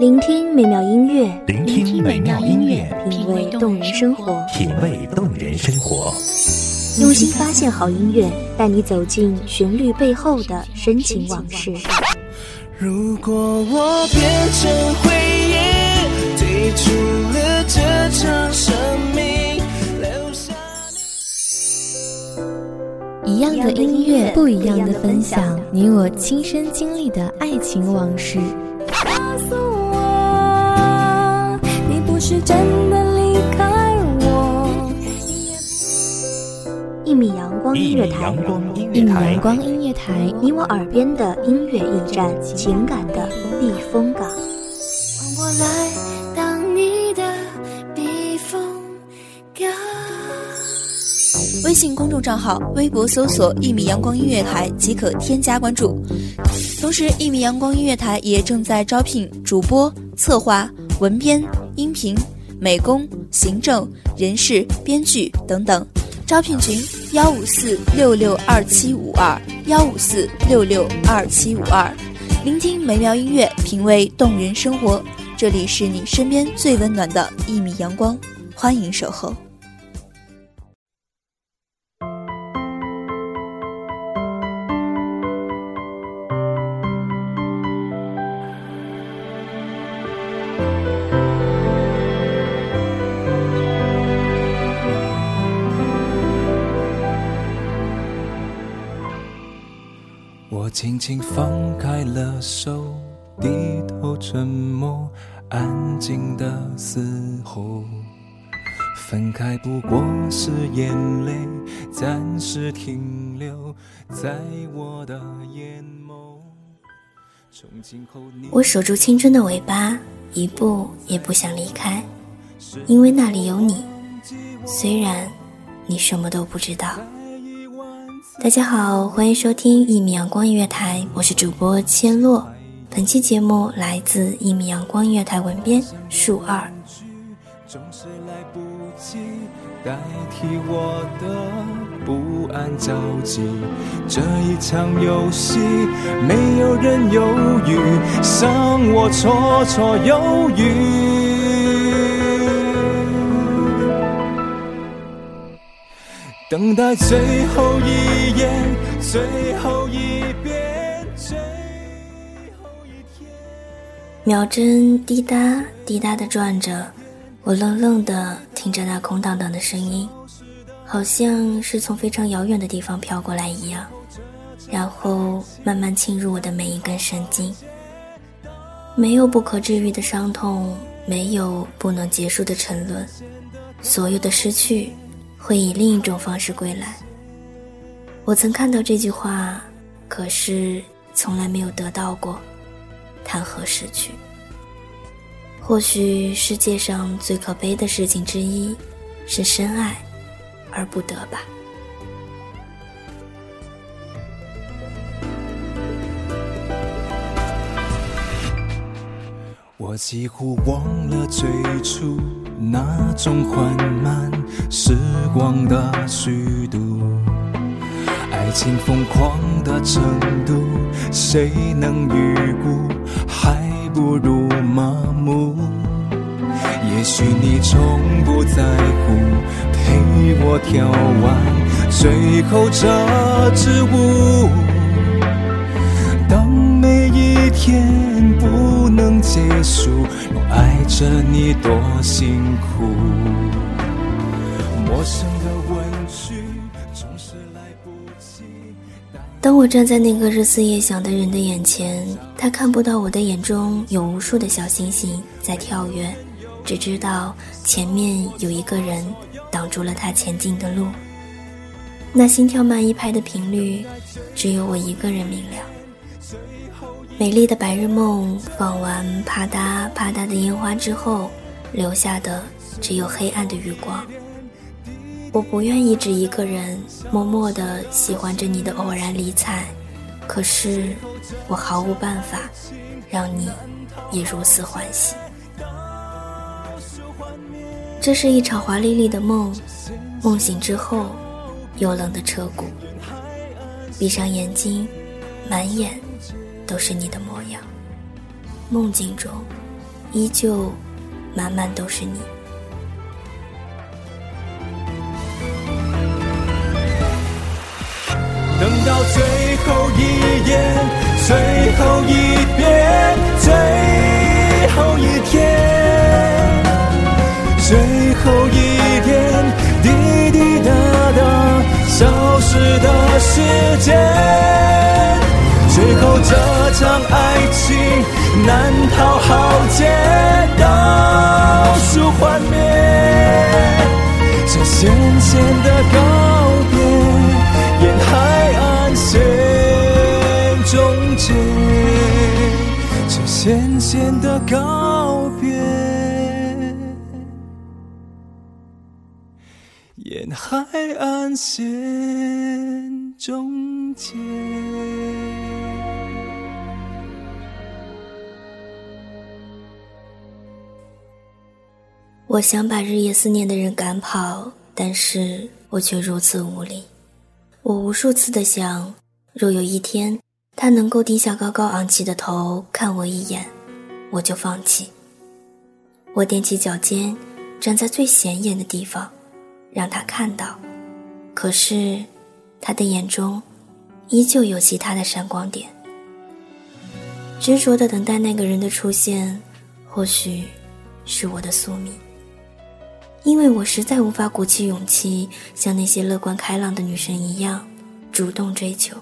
聆听美妙音乐， 聆听美妙音乐， 品味动人生活， 品味动人生活。 用心发现好音乐，带你走进旋律背后的深情往事。 如果我变成回忆，退出了这场生命，留下一样的音乐，不一样的分享，你我亲身经历的爱情往事。 告诉我，你不是真的离开我。 一米阳光音乐台， 一米阳光音乐台， 你我耳边的音乐驿站，情感的避风港。 让我来当你的避风港。 微信公众账号、微博搜索“一米阳光音乐台”即可添加关注。同时，一米阳光音乐台也正在招聘主播、策划、文编、音频、美工、行政、人事、编剧等等。招聘群154662752，154662752。聆听美妙音乐，品味动人生活。这里是你身边最温暖的一米阳光，欢迎守候。 我轻轻放开了手，低头沉默，安静的嘶吼。分开不过是眼泪暂时停留在我的眼眸。 我守住青春的尾巴，一步也不想离开，因为那里有你，虽然你什么都不知道。大家好，欢迎收听一米阳光音乐台，我是主播千洛。本期节目来自一米阳光音乐台文编树二。 总是来不及代替我的不安着急，这一场游戏没有人犹豫，让我绰绰有余。等待最后一眼，最后一遍，最后一天。 秒针滴答滴答地转着，我愣愣地听着那空荡荡的声音，好像是从非常遥远的地方飘过来一样，然后慢慢侵入我的每一根神经。没有不可治愈的伤痛，没有不能结束的沉沦，所有的失去会以另一种方式归来。我曾看到这句话，可是从来没有得到过，谈何失去？或许世界上最可悲的事情之一是深爱而不得吧。 我几乎忘了最初那种缓慢时光的虚度，爱情疯狂的程度谁能预估，还不如麻木。也许你从不在乎陪我跳完最后这支舞，当每一天不能结束，我爱着你多辛苦。陌生的问句总是来不及。 当我站在那个日思夜想的人的眼前，他看不到我的眼中有无数的小星星在跳跃，只知道前面有一个人挡住了他前进的路。那心跳慢一拍的频率，只有我一个人明了。美丽的白日梦放完啪嗒啪嗒的烟花之后，留下的只有黑暗的余光。我不愿一直一个人默默地喜欢着你的偶然理睬，可是我毫无办法让你也如此欢喜。这是一场华丽丽的梦，梦醒之后又冷的彻骨，闭上眼睛，满眼都是你的模样。梦境中依旧满满都是你。 等到最后一眼，最后一遍，最后一天，最后一点滴滴答答消失的时间，最后这场爱情难逃浩劫，倒数幻灭，这咸咸的告别，沿海岸线终结，这咸咸的告别，沿海岸线终结。 我想把日夜思念的人赶跑，但是我却如此无力。我无数次的想，若有一天他能够低下高高昂起的头看我一眼，我就放弃。我踮起脚尖，站在最显眼的地方，让他看到。可是他的眼中依旧有其他的闪光点。执着地等待那个人的出现，或许是我的宿命。因为我实在无法鼓起勇气像那些乐观开朗的女生一样主动追求。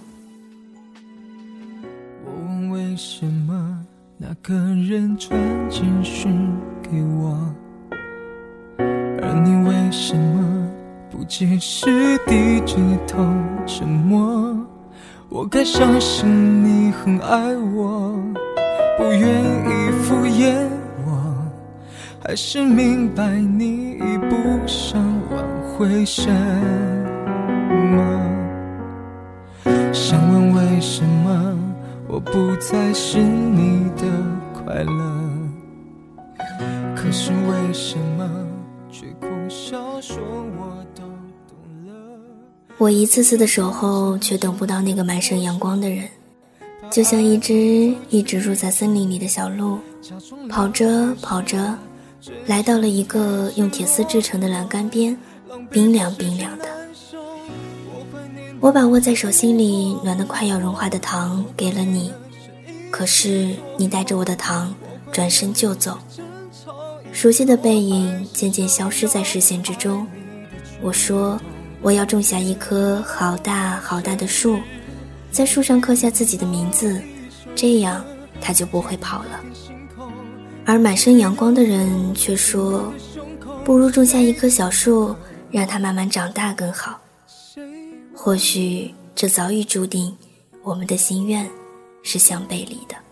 我问为什么那个人传简讯给我，而你为什么不及时低着头沉默？我该相信你很爱我，不愿意敷衍我，还是明白你已不想挽回什么？想问为什么我不再是你的快乐，可是为什么却苦笑说我都懂了？ 我一次次的守候，却等不到那个满身阳光的人，就像一直住在森林里的小鹿，跑着跑着来到了一个用铁丝制成的栏杆边，冰凉冰凉的。我把握在手心里暖得快要融化的糖给了你，可是你带着我的糖转身就走，熟悉的背影渐渐消失在视线之中。我说我要种下一棵好大好大的树，在树上刻下自己的名字，这样它就不会跑了。而满身阳光的人却说，不如种下一棵小树，让它慢慢长大更好。或许这早已注定，我们的心愿是相背离的。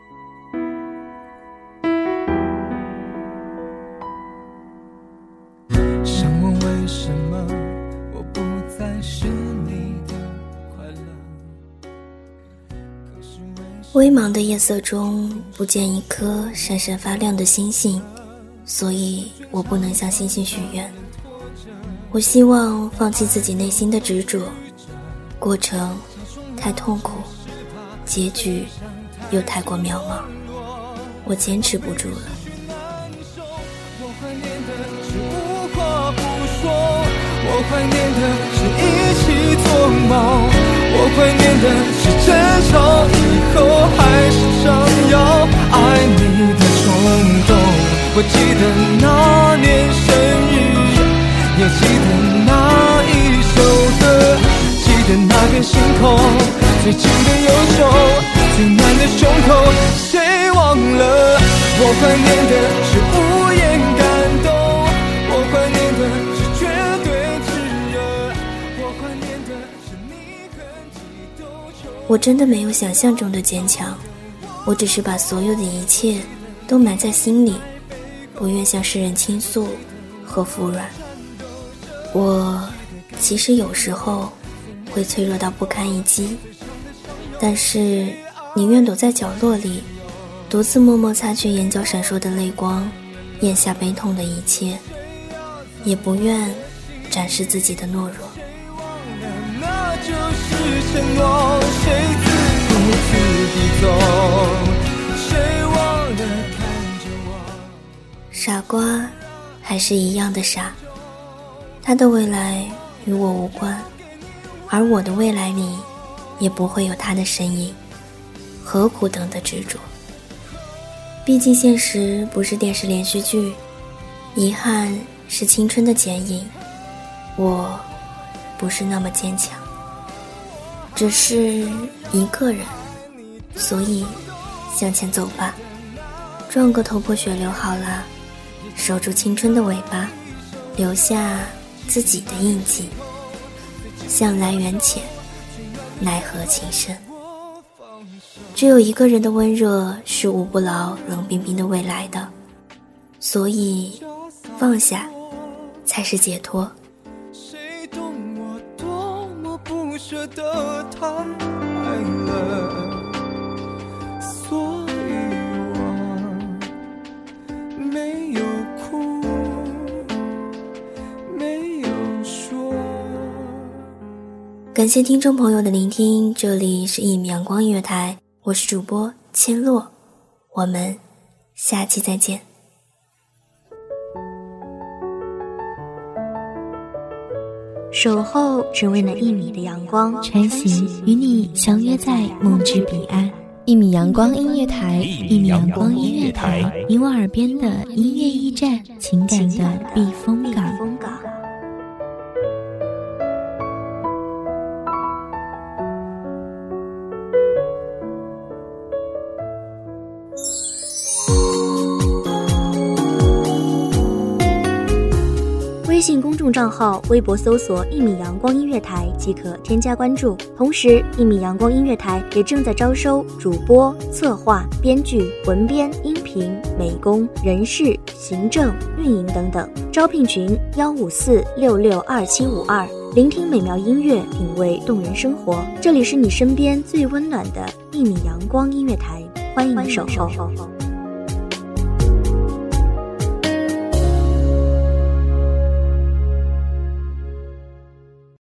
想问为什么我不再是你的快乐？ 微茫的夜色中不见一颗闪闪发亮的星星，所以我不能向星星许愿。我希望放弃自己内心的执着，过程太痛苦，结局又太过渺茫，我坚持不住了。 我怀念的是无话不说，我怀念的是一起做梦，我怀念的是争吵以后还是想要爱你的冲动。我记得那年生日，也记得那一首歌，记得那片星空，最近的忧愁，最暖的胸口，谁忘了？我怀念的是无言感动，我怀念的是绝对炽热，我怀念的是你很激动。 我真的没有想象中的坚强，我只是把所有的一切都埋在心里，不愿向世人倾诉和服软。我其实有时候会脆弱到不堪一击，但是宁愿躲在角落里，独自默默擦去眼角闪烁的泪光，咽下悲痛的一切，也不愿展示自己的懦弱。 那就是承诺，谁自顾自地走，谁忘了看着我。 瓜还是一样的傻，他的未来与我无关，而我的未来里也不会有他的身影，何苦等的执着？毕竟现实不是电视连续剧，遗憾是青春的剪影，我不是那么坚强，只是一个人，所以向前走吧，撞个头破血流好了，守住青春的尾巴，留下自己的印记。向来缘浅，奈何情深。只有一个人的温热是捂不牢冷冰冰的未来的，所以放下才是解脱。 谁懂我多么不舍得他爱了，所以我没有哭，没有说。 感谢听众朋友的聆听，这里是一米阳光音乐台，我是主播千落，我们下期再见。 守候只为那1米的阳光， 穿行与你相约在梦之彼岸。1米阳光音乐台，1米阳光音乐台，你我耳边的音乐驿站，情感的避风港。 微信公众账号、微博搜索1米阳光音乐台即可添加关注。同时1米阳光音乐台也正在招收主播、策划、编剧、文编、音频、美工、人事、行政、运营等等。招聘群154662752。聆听美妙音乐，品味动人生活。这里是你身边最温暖的1米阳光音乐台，欢迎守候。